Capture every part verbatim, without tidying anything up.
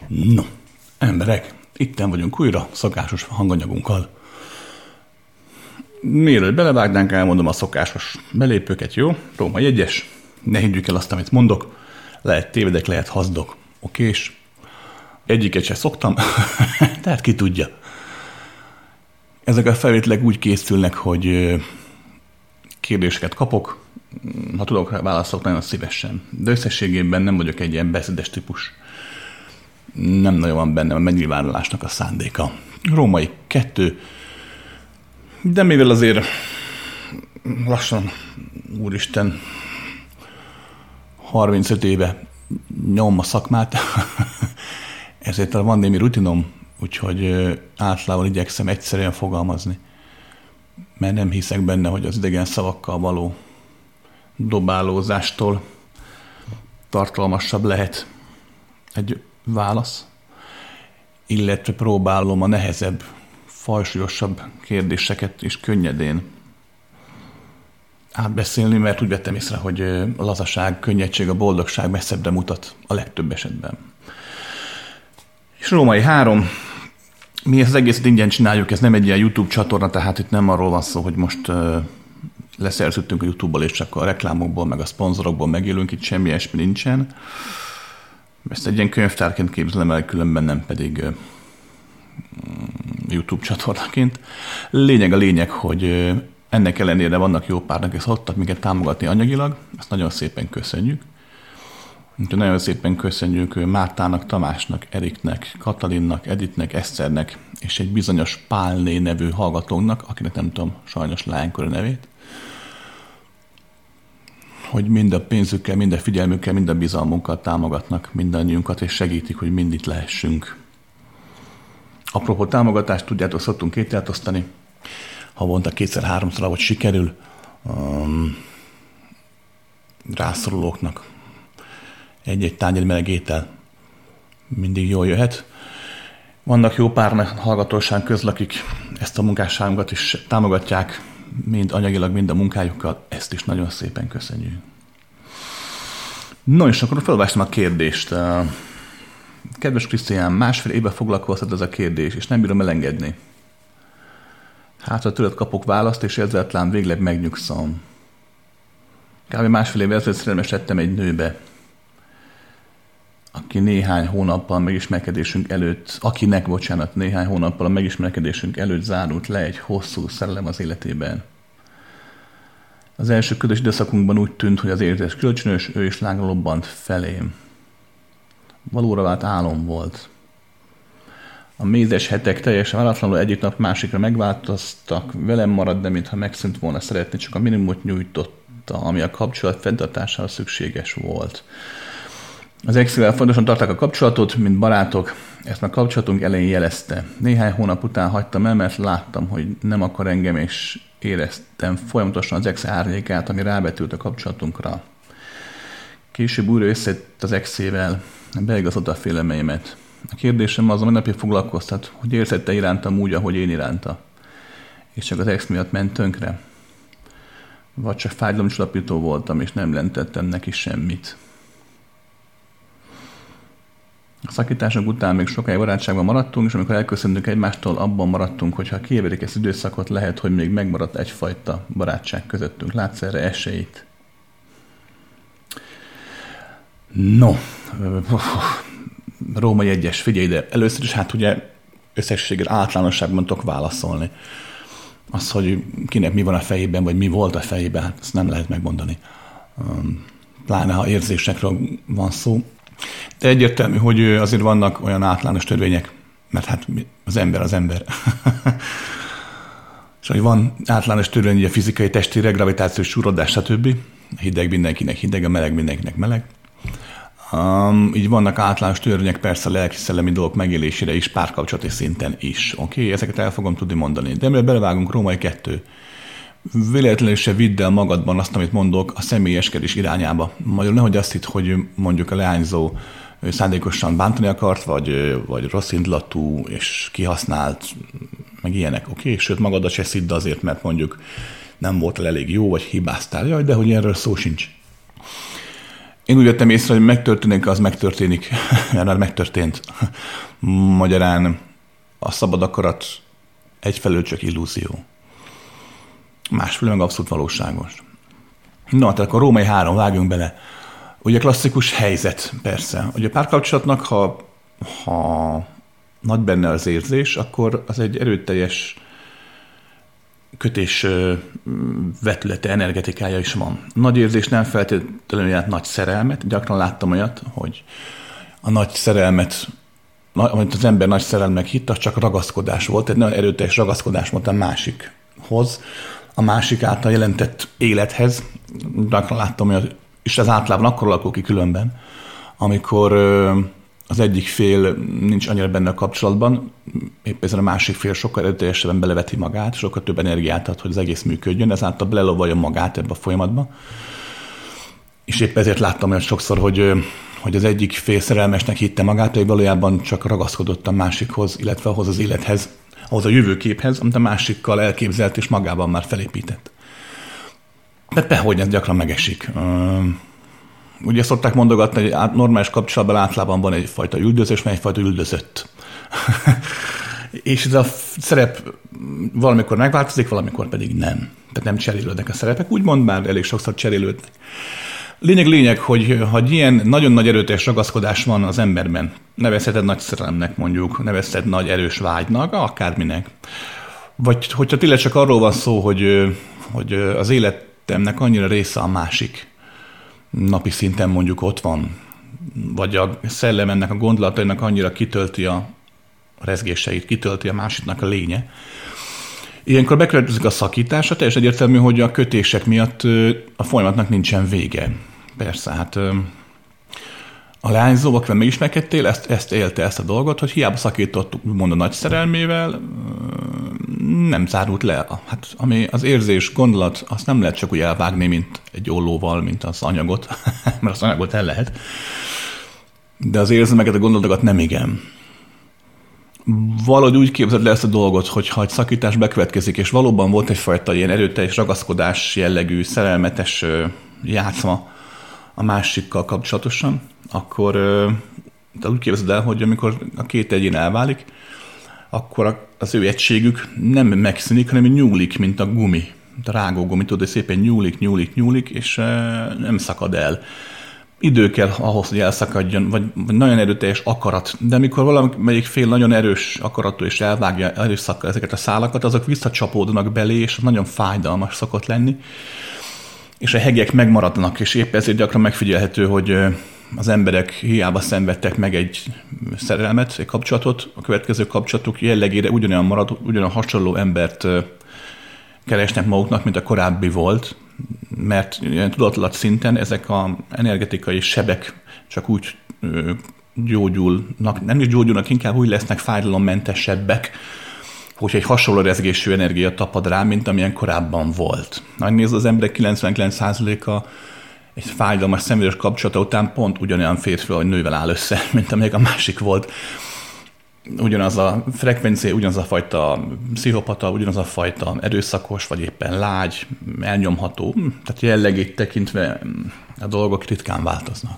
No, emberek, itten vagyunk újra, szokásos hanganyagunkkal. Mielőtt belevágnánk, elmondom a szokásos belépőket, jó? Római egyes, ne higgyük el azt, amit mondok. Lehet tévedek, lehet hazdok, okés. Egyiket se szoktam, tehát ki tudja. Ezek a felvételek úgy készülnek, hogy kérdéseket kapok, ha tudok rá válaszolok, nagyon szívesen. De összességében nem vagyok egy ilyen beszédes típus. Nem nagyon van bennem a megnyilvánulásnak a szándéka. Római kettő, de mivel azért lassan, úristen, harmincöt éve nyomom a szakmát, ezért van némi rutinom, úgyhogy általában igyekszem egyszerűen fogalmazni, mert nem hiszek benne, hogy az idegen szavakkal való dobálózástól tartalmasabb lehet egy válasz, illetve próbálom a nehezebb, fajsúlyosabb kérdéseket is könnyedén átbeszélni, mert úgy vettem észre, hogy a lazaság, könnyedség, a boldogság messzebbre mutat a legtöbb esetben. És Római három, mi ezt az egészet ingyen csináljuk, ez nem egy ilyen YouTube csatorna, tehát itt nem arról van szó, hogy most uh, leszerződtünk a YouTube-ból, és csak a reklámokból, meg a szponzorokból megélünk, itt semmi ilyesmi nincsen. Ezt egy ilyen könyvtárként képzelem el, különben nem pedig uh, YouTube csatornaként. Lényeg a lényeg, hogy uh, ennek ellenére vannak jó párnak, és szoktak minket támogatni anyagilag, ezt nagyon szépen köszönjük. Úgyhogy nagyon szépen köszönjük Mártának, Tamásnak, Eriknek, Katalinnak, Editnek, Eszternek, és egy bizonyos Pálné nevű hallgatónknak, akinek nem tudom sajnos leánykor a nevét, hogy mind a pénzükkel, mind a figyelmükkel, mind a bizalmunkkal támogatnak mindannyiunkat, és segítik, hogy mind itt lehessünk. Apropó támogatást, tudjátok, szoktunk kételt osztani, havonta kétszer-háromszor, ahogy sikerül, um, rászorulóknak egy-egy tányér meleg étel mindig jól jöhet. Vannak jó pár hallgatóság közül, akik ezt a munkásságunkat is támogatják, mind anyagilag, mind a munkájukkal. Ezt is nagyon szépen köszönjük. No, és akkor felolvastam a kérdést. Kedves Krisztián, másfél éve foglalkoztat ez a kérdés, és nem bírom elengedni. Hát, ha tőled kapok választ, és ezzel talán végleg megnyugszom. Kb. másfél éve ezelőtt szerelmes lettem egy nőbe, aki néhány hónappal megismerkedésünk előtt, akinek, bocsánat, néhány hónappal a megismerkedésünk előtt zárult le egy hosszú szerelem az életében. Az első közös időszakunkban úgy tűnt, hogy az érzés kölcsönös, ő is lángra lobbant felém. Valóra vált álom volt. A mézes hetek teljesen váratlanul egyik nap másikra megváltoztak, velem maradt, de mintha megszűnt volna szeretni, csak a minimumot nyújtotta, ami a kapcsolat fenntartására szükséges volt. Az ex-ével fontosan tarták a kapcsolatot, mint barátok, ezt már kapcsolatunk elején jelezte. Néhány hónap után hagytam el, mert láttam, hogy nem akar engem, és éreztem folyamatosan az ex árnyékát, ami rábetült a kapcsolatunkra. Később újra összejött az ex-ével, beigazolta a félelmeimet. A kérdésem az a napig foglalkoztat, hogy érzette irántam úgy, ahogy én iránta. És csak az ex miatt ment tönkre. Vagy csak fájdalomcsillapító voltam, és nem lentettem neki semmit. A szakítások után még sokáig barátságban maradtunk, és amikor elköszöntünk egymástól, abban maradtunk, hogy ha kiévedik ezt időszakot, lehet, hogy még megmaradt egyfajta barátság közöttünk. Látsz erre esélyt? No, Római egyes, figyelj ide. Először is hát ugye összességgel általánosságban tudok válaszolni. Az, hogy kinek mi van a fejében, vagy mi volt a fejében, hát ezt nem lehet megmondani. Pláne, ha érzésekről van szó. De egyértelmű, hogy azért vannak olyan általános törvények, mert hát az ember az ember. És hogy van általános törvény, a fizikai, testére, gravitációs súrodás, stb. A hideg mindenkinek hideg, a meleg mindenkinek meleg. Um, így vannak általános törvények persze a lelki-szellemi dolgok megélésére is, párkapcsolati szinten is. Oké, okay? Ezeket el fogom tudni mondani. De mielőtt belevágunk, Római kettő. Véletlenül se vidd el magadban azt, amit mondok, a személyeskedés irányába. Magyarul nehogy azt hitt, hogy mondjuk a leányzó szándékosan bántani akart, vagy, vagy rossz indulatú és kihasznált, meg ilyenek, oké? Okay? Sőt, magadat se szidd azért, mert mondjuk nem volt elég jó, vagy hibáztál. Jaj, de hogy erről szó sincs. Én úgy vettem észre, hogy megtörténik, az megtörténik, mert már megtörtént. Magyarán a szabad akarat egyfelől csak illúzió. Másfelől meg abszolút valóságos. Na, tehát akkor Római három, vágjunk bele. Ugye klasszikus helyzet, persze. Ugye a párkapcsolatnak, ha, ha nagy benne az érzés, akkor az egy erőteljes kötés vetülete, energetikája is van. Nagy érzés nem feltétlenül jelent nagy szerelmet. Gyakran láttam olyat, hogy a nagy szerelmet, amit az ember nagy szerelmek hitt, az csak ragaszkodás volt. Egy nagyon erőteljes ragaszkodás volt a másikhoz, a másik által jelentett élethez. Gyakran láttam olyat, és ez általában akkor alakul ki különben, amikor az egyik fél nincs annyira benne a kapcsolatban, épp ezen a másik fél sokkal erőteljesebben beleveti magát, sokkal több energiát ad, hogy az egész működjön, ezáltal belelovalja magát ebbe a folyamatba. És épp ezért láttam olyan sokszor, hogy, hogy az egyik fél szerelmesnek hitte magát, hogy valójában csak ragaszkodott a másikhoz, illetve ahhoz az élethez, ahhoz a jövőképhez, amit a másikkal elképzelt és magában már felépített. De behogy ez gyakran megesik. Ugye szokták mondogatni, hogy normális kapcsolatban általában van egyfajta üldözés, mert egyfajta üldözött. És ez a szerep valamikor megváltozik, valamikor pedig nem. Tehát nem cserélődnek a szerepek, úgymond már elég sokszor cserélődnek. Lényeg lényeg, hogy ha ilyen nagyon nagy erőteljes ragaszkodás van az emberben, nevezheted nagy szerelemnek mondjuk, nevezheted nagy erős vágynak, akárminek. Vagy hogyha tényleg csak arról van szó, hogy, hogy az életemnek annyira része a másik, napi szinten mondjuk ott van, vagy a szellem ennek a gondolatainak annyira kitölti a rezgéseit, kitölti a másiknak a lénye. Ilyenkor bekövetkezik a szakítás, a teljesen egyértelmű, hogy a kötések miatt a folyamatnak nincsen vége. Persze, hát a leányzó, akivel megismerkedtél, ezt, ezt élte ezt a dolgot, hogy hiába szakított úgymond a nagy szerelmével, nem zárult le. Hát, ami az érzés, gondolat, azt nem lehet csak úgy elvágni, mint egy ollóval, mint az anyagot, mert az anyagot el lehet. De az érzelmeket, a gondolatokat nem igen. Valahogy úgy képzeld le ezt a dolgot, hogy ha egy szakítás bekövetkezik, és valóban volt egyfajta ilyen erőteljes ragaszkodás jellegű, szerelmetes játszma a másikkal kapcsolatosan, akkor de úgy képzeld el, hogy amikor a két egyén elválik, akkor az ő egységük nem megszűnik, hanem nyúlik, mint a gumi, mint a rágógumi, tudod, hogy szépen nyúlik, nyúlik, nyúlik, és nem szakad el. Idő kell ahhoz, hogy elszakadjon, vagy, vagy nagyon erőteljes akarat. De amikor valamelyik fél nagyon erős akaratú és elvágja, erőszakkal ezeket a szálakat, azok visszacsapódnak belé, és nagyon fájdalmas szokott lenni. És a hegyek megmaradnak, és épp ezért gyakran megfigyelhető, hogy az emberek hiába szenvedtek meg egy szerelmet, egy kapcsolatot, a következő kapcsolatuk jellegére ugyanolyan marad, ugyanolyan hasonló embert keresnek maguknak, mint a korábbi volt, mert tudatlat szinten ezek az energetikai sebek csak úgy gyógyulnak, nem is gyógyulnak, inkább úgy lesznek fájdalommentesebbek, hogy egy hasonló rezgésű energia tapad rá, mint amilyen korábban volt. Megnézd, az emberek kilencvenkilenc százaléka egy fájdalmas szenvedős kapcsolata után pont ugyanolyan férfi vagy nővel áll össze, mint amelyik a másik volt. Ugyanaz a frekvencia, ugyanaz a fajta pszichopata, ugyanaz a fajta erőszakos, vagy éppen lágy, elnyomható. Tehát jellegét tekintve a dolgok ritkán változnak.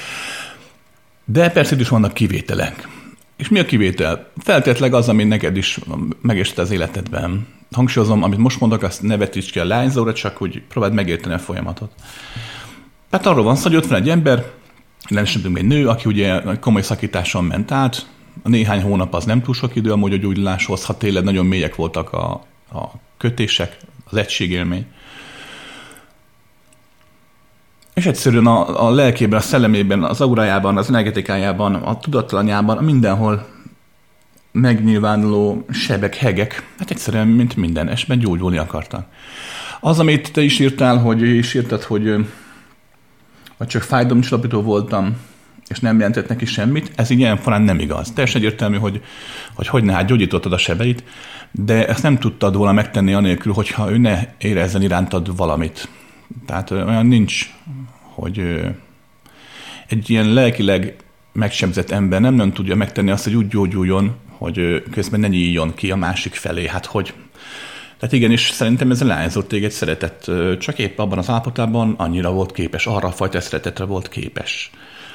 De persze is vannak kivételek. És mi a kivétel? Feltétlenül az, ami neked is megérte az életedben. Hangsúlyozom, amit most mondok, azt ne vetíts ki a lányzóra, csak úgy próbáld megérteni a folyamatot. Tehát arról van szó, hogy ott van egy ember, nem egy nő, aki ugye komoly szakításon ment át, a néhány hónap az nem túl sok idő, amúgy a gyógyuláshoz, ha tényleg nagyon mélyek voltak a, a kötések, az egységélmény. És egyszerűen a, a lelkében, a szellemében, az aurájában, az energetikájában, a tudatalanyában, mindenhol megnyilvánuló sebek, hegek, hát egyszerűen, mint minden esetben gyógyulni akartak. Az, amit te is írtál, hogy is írtad, hogy, hogy csak fájdalomcsillapító voltam, és nem jelentett neki semmit, ez így ilyen forrán nem igaz. Teljesen egyértelmű, hogy hogy, hogy ne, hát gyógyítottad a sebeit, de ezt nem tudtad volna megtenni anélkül, hogyha ő ne érezzen irántad valamit. Tehát olyan nincs, hogy egy ilyen lelkileg megsebzett ember nem, nem tudja megtenni azt, hogy úgy gyógyuljon, hogy közben ne nyíljon ki a másik felé. Hát hogy Tehát igenis, szerintem ez a leányzó téged szeretett, csak épp abban az állapotában annyira volt képes, arra a fajta szeretetre volt képes.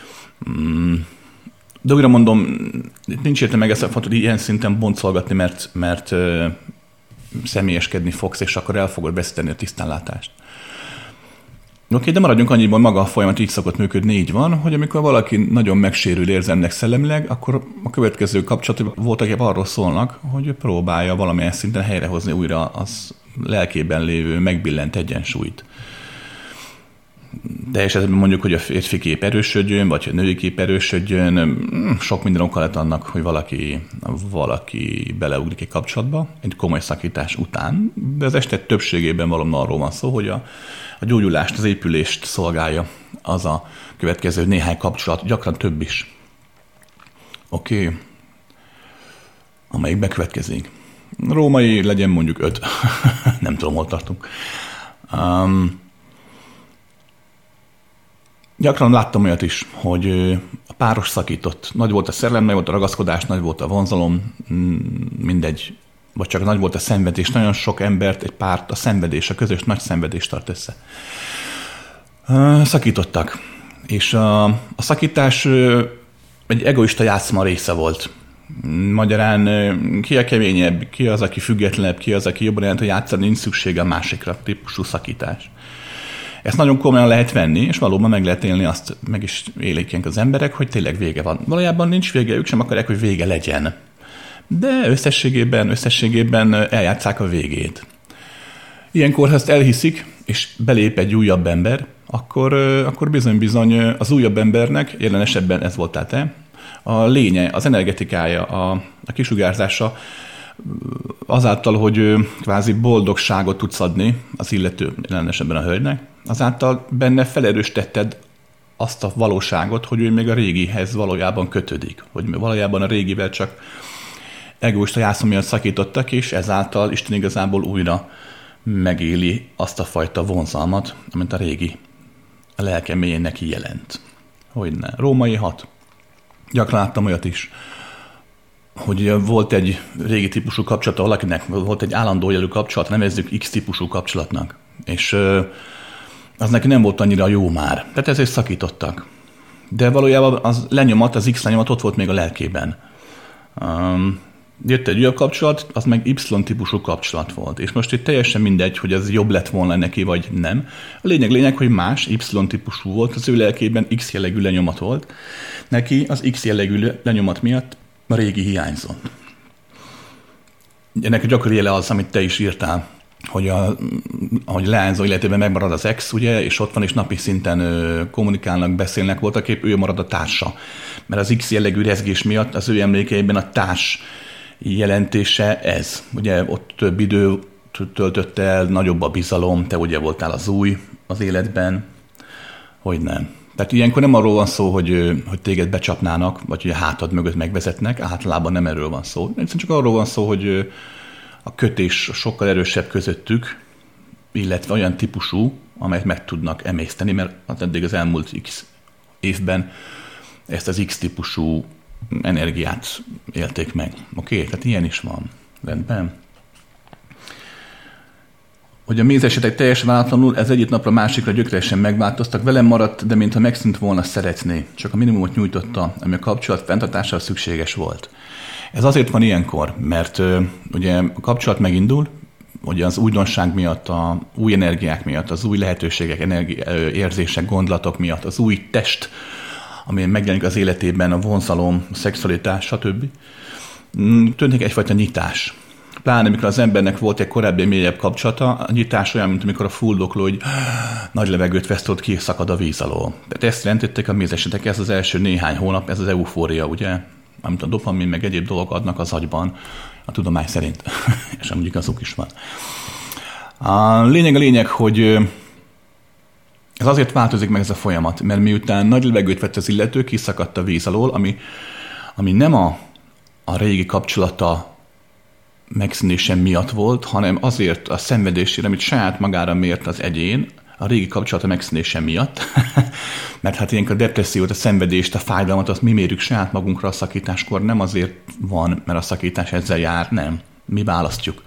De újra mondom, nincs értelme meg ezt a fontot ilyen szinten boncolgatni, mert, mert személyeskedni fogsz, és akkor el fogod veszíteni a tisztánlátást. Oké, okay, de maradjunk annyiban, maga a folyamat így szokott működni, így van, hogy amikor valaki nagyon megsérül érzelmileg, szellemileg, akkor a következő kapcsolatok voltak épp arról szólnak, hogy próbálja valamilyen szinten helyrehozni újra az lelkében lévő megbillent egyensúlyt. De esetben mondjuk, hogy a férfi kép erősödjön, vagy a női kép erősödjön, sok minden oka lett annak, hogy valaki, valaki beleugrik egy kapcsolatba, egy komoly szakítás után, de az eset többségében valami arról van szó, hogy a, a gyógyulást, az épülést szolgálja az a következő néhány kapcsolat, gyakran több is. Oké, okay. Amelyik bekövetkezik. Római legyen mondjuk öt. Nem tudom, hol tartunk. Um, Gyakran láttam olyat is, hogy a páros szakított. Nagy volt a szerelem, nagy volt a ragaszkodás, nagy volt a vonzalom, mindegy, vagy csak nagy volt a szenvedés. Nagyon sok embert, egy párt, a szenvedés, a közös nagy szenvedés tart össze. Szakítottak. És a, a szakítás egy egoista játszma része volt. Magyarán ki a keményebb, ki az, aki függetlenebb, ki az, aki jobban jelent, hogy játszani, nincs szüksége a másikra, típusú szakítás. Ezt nagyon komolyan lehet venni, és valóban meg lehet élni, azt meg is élik az emberek, hogy tényleg vége van. Valójában nincs vége, ők sem akarják, hogy vége legyen. De összességében, összességében eljátsszák a végét. Ilyenkor, ha ezt elhiszik, és belép egy újabb ember, akkor, akkor bizony-bizony az újabb embernek, jelen esetben ez voltál te, a lénye, az energetikája, a, a kisugárzása, azáltal, hogy kvázi boldogságot tudsz adni az illető, jelen esetben a hölgynek, azáltal benne felerősítetted azt a valóságot, hogy ő még a régihez valójában kötődik, hogy valójában a régivel csak egoista játszom miatt szakítottak, és ezáltal Isten igazából újra megéli azt a fajta vonzalmat, amit a régi a lelke mélyén neki jelent. Hogyne. Római hat. Gyakran láttam olyat is, hogy volt egy régi típusú kapcsolata valakinek, volt egy állandó jelű kapcsolat, nevezzük X-típusú kapcsolatnak, és az neki nem volt annyira jó már, tehát ezért szakítottak. De valójában az lenyomat, az X lenyomat ott volt még a lelkében. Um, jött egy újabb kapcsolat, az meg Y-típusú kapcsolat volt, és most itt teljesen mindegy, hogy ez jobb lett volna neki, vagy nem. A lényeg lényeg, hogy más Y-típusú volt, az ő lelkében X jellegű lenyomat volt. Neki az X jellegű lenyomat miatt a régi hiányzott. Ennek a gyakori jele az, amit te is írtál, hogy a, ahogy leányzó életében megmarad az ex, ugye, és ott van, és napi szinten ö, kommunikálnak, beszélnek, voltak épp ő marad a társa. Mert az X jellegű rezgés miatt az ő emlékeiben a társ jelentése ez. Ugye ott több idő töltött el, nagyobb a bizalom, te ugye voltál az új az életben, hogy nem. Tehát ilyenkor nem arról van szó, hogy, hogy téged becsapnának, vagy hogy a hátad mögött megvezetnek, általában nem erről van szó. Egyszerűen csak arról van szó, hogy a kötés sokkal erősebb közöttük, illetve olyan típusú, amelyet meg tudnak emészteni, mert az eddig az elmúlt X évben ezt az X-típusú energiát élték meg. Oké? Okay? Tehát ilyen is van. Rendben. Hogy a mézesetek teljesen váratlanul, ez egyik napra másikra gyökeresen megváltoztak, velem maradt, de mintha megszűnt volna szeretni. Csak a minimumot nyújtotta, ami a kapcsolat fenntartására szükséges volt. Ez azért van ilyenkor, mert ugye a kapcsolat megindul, ugye az újdonság miatt, a új energiák miatt, az új lehetőségek, energi- érzések, gondolatok miatt, az új test, ami megjelenik az életében, a vonzalom, a szexualitás, stb. Történik egyfajta nyitás. Pláne, amikor az embernek volt egy korábbi mélyebb kapcsolata, a nyitás olyan, mint amikor a fuldokló, hogy nagy levegőt vesz, ott kiszakad a víz alól. Tehát ezt jelentették a mézesetek, ez az első néhány hónap, ez az eufória, ugye? Amit a dopamin, meg egyéb dolgok adnak az agyban, a tudomány szerint, és amúgy igazuk is van. A lényeg a lényeg, hogy ez azért változik meg ez a folyamat, mert miután nagy levegőt vett az illető, kiszakadt a víz alól, ami, ami nem a, a régi kapcsolata megszűnése miatt volt, hanem azért a szenvedésére, amit saját magára mért az egyén, a régi kapcsolata megszűnése miatt, mert hát ilyenkor a depressziót, a szenvedést, a fájdalmat, azt mi mérjük saját magunkra a szakításkor, nem azért van, mert a szakítás ezzel jár, nem. Mi választjuk.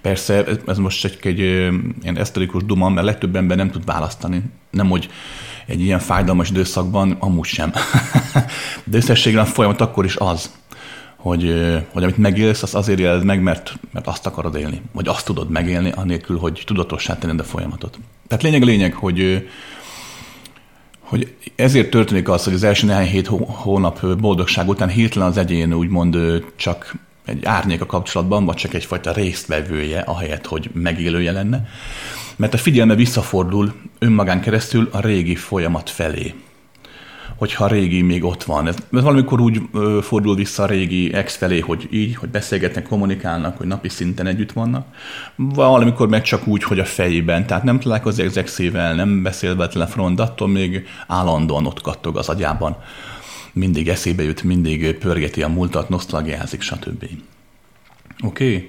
Persze, ez most egy, egy ilyen eszterikus duma, mert legtöbb ember nem tud választani. Nem, hogy egy ilyen fájdalmas időszakban, amúgy sem. De összességében a folyamat akkor is az, hogy, hogy amit megélsz, azt azért éled meg, mert, mert azt akarod élni. Vagy azt tudod megélni, anélkül, hogy tudatossá tenned a folyamatot. Tehát lényeg a lényeg, hogy, hogy ezért történik az, hogy az első néhány hét hónap boldogság után hirtelen az egyén úgymond csak egy árnyék a kapcsolatban, vagy csak egyfajta résztvevője, ahelyett, hogy megélője lenne. Mert a figyelme visszafordul önmagán keresztül a régi folyamat felé. Hogyha a régi még ott van. Ez, ez valamikor úgy ö, fordul vissza a régi ex felé, hogy így, hogy beszélgetnek, kommunikálnak, hogy napi szinten együtt vannak. Valamikor meg csak úgy, hogy a fejében. Tehát nem találkozik az exével, nem beszél vele telefonon, de attól még állandóan ott kattog az agyában. Mindig eszébe jut, mindig pörgeti a múltat, nosztalgiázik, stb. Oké? Okay.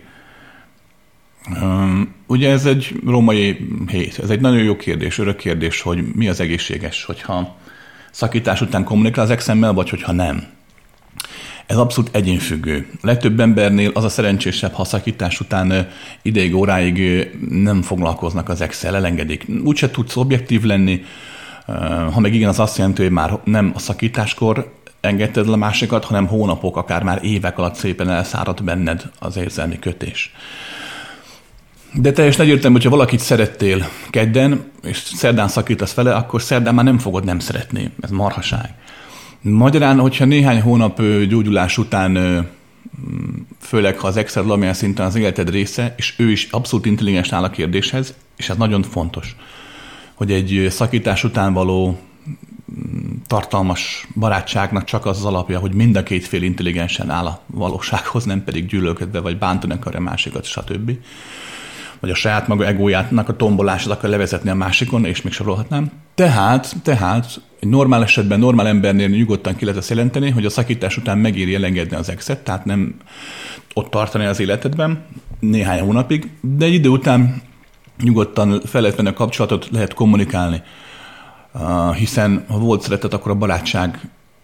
Um, ugye ez egy római hét. Ez egy nagyon jó kérdés, örök kérdés, hogy mi az egészséges, hogyha szakítás után kommunikál az exemmel, vagy hogyha nem. Ez abszolút egyénfüggő. A legtöbb embernél az a szerencsésebb, ha szakítás után ideig, óráig nem foglalkoznak az exszel, elengedik. Úgyse tudsz objektív lenni, ha meg igen, az azt jelenti, hogy már nem a szakításkor engedted a másikat, hanem hónapok, akár már évek alatt szépen elszáradt benned az érzelmi kötés. De teljesen egyértelmű, hogyha valakit szerettél kedden, és szerdán szakítasz vele, akkor szerdán már nem fogod nem szeretni. Ez marhaság. Magyarán, hogyha néhány hónap gyógyulás után, főleg ha az exed valamilyen szinten az életed része, és ő is abszolút intelligens áll a kérdéshez, és ez nagyon fontos, hogy egy szakítás után való tartalmas barátságnak csak az az alapja, hogy mind a két fél intelligensen áll a valósághoz, nem pedig gyűlölködve, vagy bántani akarja a másikat, stb. Vagy a saját maga egójának a tombolását akar levezetni a másikon, és még sorolhatnám. Tehát, tehát egy normál esetben, normál embernél nyugodtan ki lehet ezt jelenteni, hogy a szakítás után megéri elengedni az exet, tehát nem ott tartani az életedben néhány hónapig, de egy idő után nyugodtan fel lehet venni a kapcsolatot, lehet kommunikálni. Uh, hiszen ha volt szeretet, akkor a barátság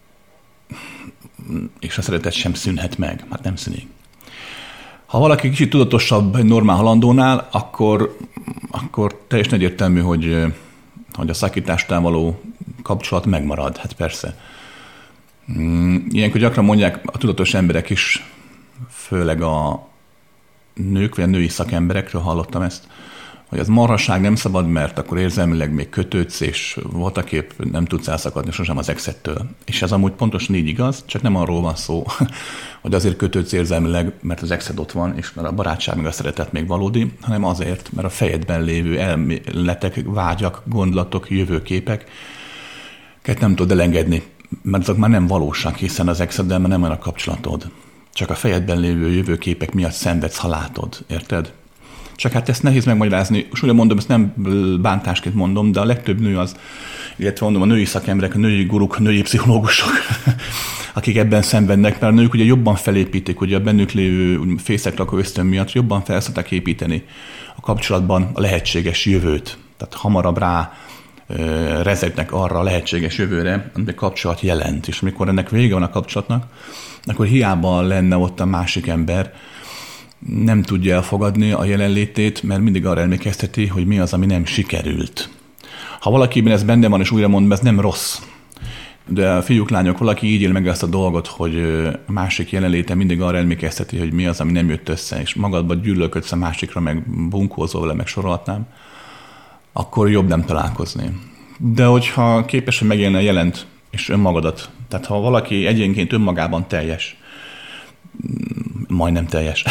és a szeretet sem szűnhet meg, hát nem szűnik. Ha valaki kicsit tudatosabb egy normál halandónál, akkor, akkor teljesen egyértelmű, hogy, hogy a szakítás után való kapcsolat megmarad. Hát persze. Ilyenkor gyakran mondják a tudatos emberek is, főleg a nők, vagy a női szakemberekről hallottam ezt, hogy az marhaság nem szabad, mert akkor érzelmileg még kötődsz, és voltaképp nem tudsz elszakadni sosem az exettől. És ez amúgy pontosan így igaz, csak nem arról van szó, hogy azért kötődsz érzelmileg, mert az exed ott van, és mert a barátság meg a szeretet még valódi, hanem azért, mert a fejedben lévő elméletek, vágyak, gondolatok, jövőképek nem tudod elengedni, mert azok már nem valósak, hiszen az exeddel már nem olyan a kapcsolatod. Csak a fejedben lévő jövőképek miatt szenvedsz, ha látod, érted? Csak hát ezt nehéz megmagyarázni, és ugye mondom, ezt nem bántásként mondom, de a legtöbb nő az, illetve mondom, a női szakemberek, a női guruk, a női pszichológusok, akik ebben szenvednek, mert a nők ugye jobban felépítik, ugye a bennük lévő fészek lakó ösztön miatt jobban fel szokták építeni a kapcsolatban a lehetséges jövőt. Tehát hamarabb rá rezegnek arra a lehetséges jövőre, amit a kapcsolat jelent. És amikor ennek vége van a kapcsolatnak, akkor hiába lenne ott a másik ember, nem tudja elfogadni a jelenlétét, mert mindig arra emlékezteti, hogy mi az, ami nem sikerült. Ha valakiben ez benne van, és újra mondom, ez nem rossz. De a fiúk, lányok, valaki így él meg ezt a dolgot, hogy a másik jelenléte mindig arra emlékezteti, hogy mi az, ami nem jött össze, és magadban gyűlölködsz a másikra, meg bunkózol vele, meg sorolhatnám, akkor jobb nem találkozni. De hogyha képes, hogy megélni a jelent, és önmagadat, tehát ha valaki egyénként önmagában teljes, majdnem teljes,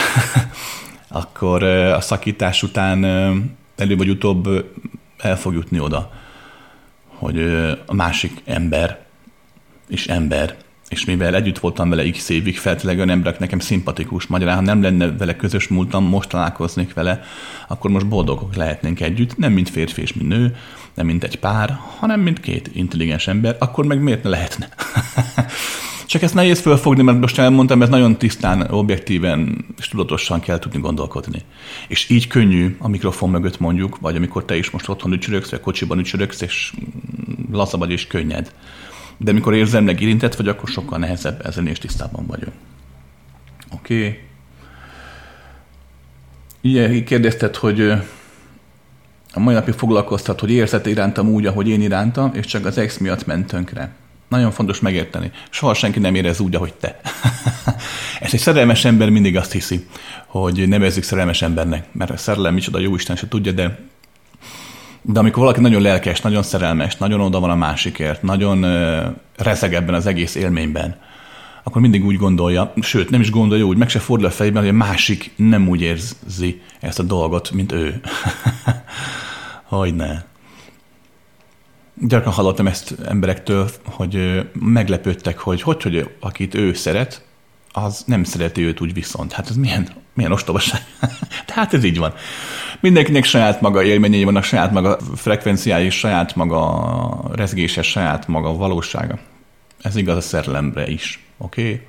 akkor a szakítás után előbb vagy utóbb el fog jutni oda, hogy a másik ember és ember, és mivel együtt voltam vele x évig, feltétlenül olyan emberek nekem szimpatikus, magyarán, ha nem lenne vele közös múltam, most találkoznék vele, akkor most boldogok lehetnénk együtt, nem mint férfi és mint nő, nem mint egy pár, hanem mint két intelligens ember, akkor meg miért ne lehetne? Csak ezt nehéz fölfogni, mert most elmondtam, ez nagyon tisztán, objektíven és tudatosan kell tudni gondolkodni. És így könnyű a mikrofon mögött mondjuk, vagy amikor te is most otthon ücsörögsz, vagy kocsiban ücsörögsz, és laza vagy és könnyed. De amikor érzelmileg érintett vagy, akkor sokkal nehezebb, ezen is tisztában vagyok. Oké. Okay. Ugye kérdezted, hogy a mai napig foglalkoztat, hogy érzett irántam úgy, ahogy én irántam, és csak az ex miatt ment tönkre. Nagyon fontos megérteni. Soha senki nem érez úgy, ahogy te. Ez egy szerelmes ember mindig azt hiszi, hogy nevezzük szerelmes embernek, mert a szerelem micsoda, Jóisten se tudja, de de amikor valaki nagyon lelkes, nagyon szerelmes, nagyon oda van a másikért, nagyon uh, rezeg ebben az egész élményben, akkor mindig úgy gondolja, sőt, nem is gondolja úgy, meg se fordul a fejében, hogy a másik nem úgy érzi ezt a dolgot, mint ő. Hogyne. Gyakran hallottam ezt emberektől, hogy meglepődtek, hogy hogy, hogy akit ő szeret, az nem szereti őt úgy viszont. Hát ez milyen, milyen ostobaság. De hát ez így van. Mindenkinek saját maga élményei vannak, saját maga frekvenciái, saját maga rezgése, saját maga valósága. Ez igaz a szerelemre is. Oké? Okay?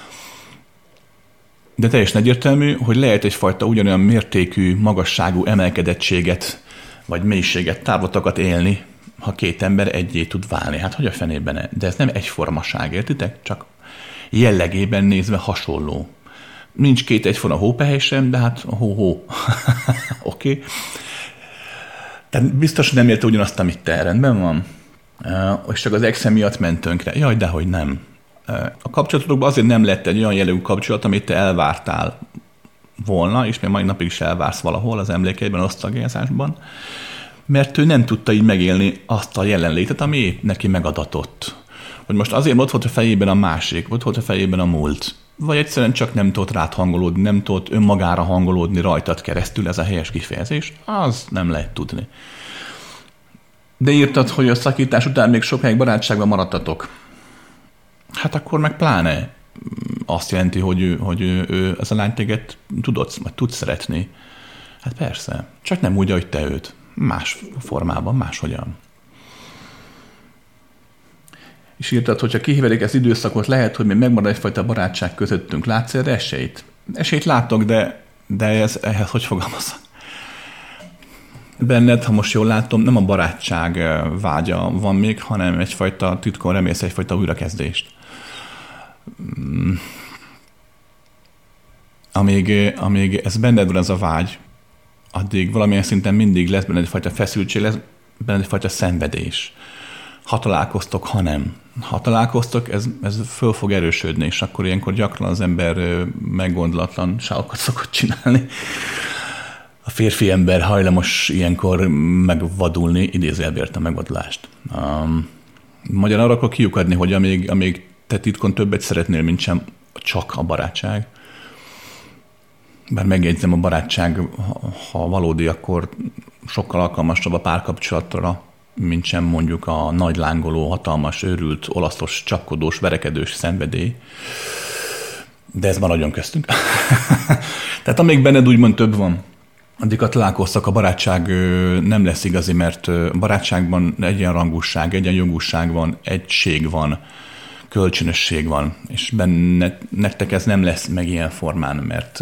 De teljesen egyértelmű, hogy lehet egyfajta ugyanolyan mértékű, magasságú emelkedettséget, vagy mélységet, távlatokat élni, ha két ember egyé tud válni. Hát hogy a fenében? De ez nem egyformaság, értitek? Csak jellegében nézve hasonló. Nincs két egyforma hópehely sem, de hát hó-hó. Oké? Okay. Tehát biztos, hogy nem érte ugyanazt, amit te. Rendben van? Uh, és csak az exe miatt ment tönkre. Jaj, dehogy nem. Uh, a kapcsolatokban azért nem lett egy olyan jellegű kapcsolat, amit te elvártál volna, és még mai napig is elvársz valahol az emlékeidben, osztagjázásban, mert ő nem tudta így megélni azt a jelenlétet, ami épp neki megadatott. Hogy most azért ott volt a fejében a másik, ott volt a fejében a múlt, vagy egyszerűen csak nem tudott rád hangolódni, nem tudott önmagára hangolódni rajtad keresztül, ez a helyes kifejezés, az nem lehet tudni. De írtad, hogy a szakítás után még sokáig barátságban maradtatok. Hát akkor meg pláne azt jelenti, hogy, ő, hogy ő, ő, ez a lány téged tudod, vagy tud szeretni. Hát persze, csak nem úgy, ahogy te őt. Más formában, máshogyan. És írtad, hogyha kihiverik ezt időszakot, lehet, hogy még megmarad egyfajta barátság közöttünk. Látsz erre esélyt? Esélyt látok, de, de ez, ehhez hogy fogalmazok? Benned, ha most jól látom, nem a barátság vágya van még, hanem egyfajta titkon remélsz egyfajta újrakezdést. Amíg, amíg ez benned van ez a vágy, addig valamilyen szinten mindig lesz benned egyfajta feszültség, lesz benned egyfajta szenvedés. Ha találkoztok, ha nem. Ha találkoztok, ez, ez föl fog erősödni, és akkor ilyenkor gyakran az ember meggondolatlan sávokat szokott csinálni. A férfi ember hajlamos ilyenkor megvadulni, idézőjelben a megvadulást. Um, magyarán arra akkor kiukadni, hogy amíg, amíg te titkon többet szeretnél, mint sem csak a barátság. Bár megjegyzem, a barátság, ha valódi, akkor sokkal alkalmasabb a párkapcsolatra, mint sem mondjuk a nagy lángoló, hatalmas, őrült, olaszos, csapkodós, verekedős szenvedély. De ez maradjon köztünk. Tehát amíg benned úgymond több van, addig a találkoztak, a barátság nem lesz igazi, mert a barátságban egyenrangúság, egyenjogúság van, egység van, kölcsönösség van, és benne, nektek ez nem lesz meg ilyen formán, mert,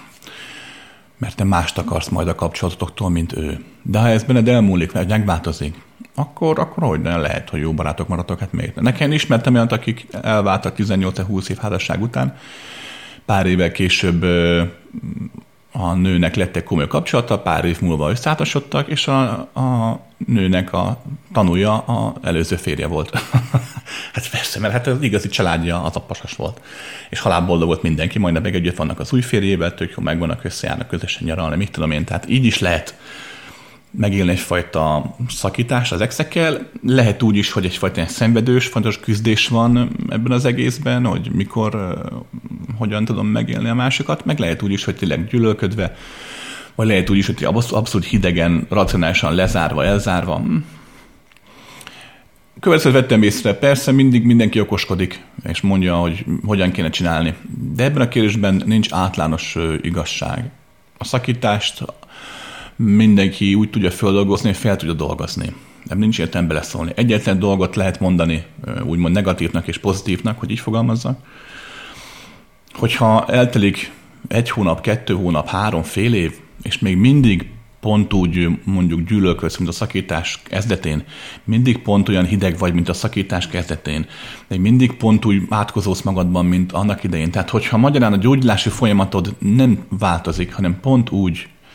mert te mást akarsz majd a kapcsolatoktól, mint ő. De ha ez benned elmúlik, mert megváltozik, akkor, akkor hogy nem lehet, hogy jó barátok maradtok, hát miért? Nekem ismertem olyat, akik elváltak tizennyolc-húsz év házasság után, pár évvel később a nőnek lett egy komoly kapcsolata, pár év múlva összeházasodtak, és a, a nőnek a tanúja az előző férje volt. Hát persze, mert hát az igazi családja az a pasas volt. És halálboldog volt mindenki, majd meg együtt vannak az új férjével, tök jó megvannak, összejárnak közösen nyaralni, mit tudom én. Tehát így is lehet megélni egyfajta szakítás az exekkel. Lehet úgy is, hogy egyfajta szenvedős, fontos küzdés van ebben az egészben, hogy mikor, uh, hogyan tudom megélni a másikat, meg lehet úgy is, hogy tényleg gyűlölködve, vagy lehet úgy is, hogy abszolút hidegen, racionálisan lezárva, elzárva. Következőt vettem észre, persze mindig mindenki okoskodik, és mondja, hogy hogyan kéne csinálni. De ebben a kérdésben nincs általános uh, igazság. A szakítást mindenki úgy tudja földolgozni, hogy fel tudja dolgozni. Nem nincs értelme beleszólni. Egyetlen dolgot lehet mondani, úgymond negatívnak és pozitívnak, hogy így fogalmazzak. Hogyha eltelik egy hónap, kettő hónap, három, fél év, és még mindig pont úgy mondjuk gyűlölködsz, mint a szakítás kezdetén, mindig pont olyan hideg vagy, mint a szakítás kezdetén, még mindig pont úgy átkozolsz magadban, mint annak idején. Tehát, hogyha magyarán a gyógyulási folyamatod nem változik, hanem pont úgy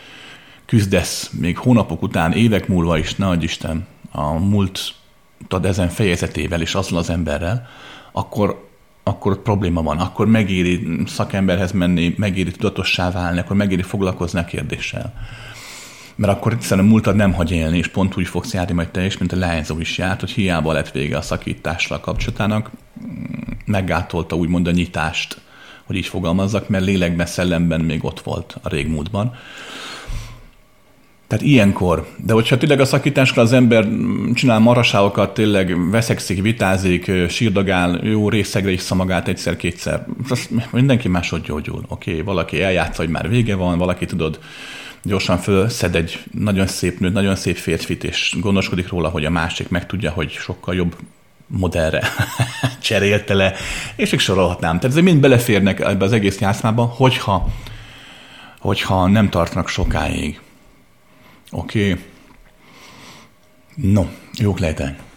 küzdesz még hónapok után, évek múlva is, ne adj Isten, a múltad ezen fejezetével és azzal az emberrel, akkor, akkor probléma van, akkor megéri szakemberhez menni, megéri tudatossá válni, akkor megéri foglalkozni a kérdéssel. Mert akkor egyszerűen a múltad nem hagy élni, és pont úgy fogsz járni majd te is, mint a leányzó is járt, hogy hiába lett vége a szakítással a kapcsolatának, meggátolta úgymond a nyitást, hogy így fogalmazzak, mert lélekben, szellemben még ott volt a régmúltban. Tehát ilyenkor, de hogyha tényleg a szakításkor az ember csinál maraságokat, tényleg veszekszik, vitázik, sírdagál, jó részegre issza magát egyszer-kétszer, mindenki máshogy gyógyul. Oké, okay, valaki eljátsza, hogy már vége van, valaki tudod, gyorsan fölszed egy nagyon szép nőt, nagyon szép férfit, és gondoskodik róla, hogy a másik megtudja, hogy sokkal jobb modellre cserélte le, és még sorolhatnám. Tehát ezek mind beleférnek ebbe az egész játszmába, hogyha, hogyha nem tartanak sokáig. Oké. Okay. No, jók lehetek.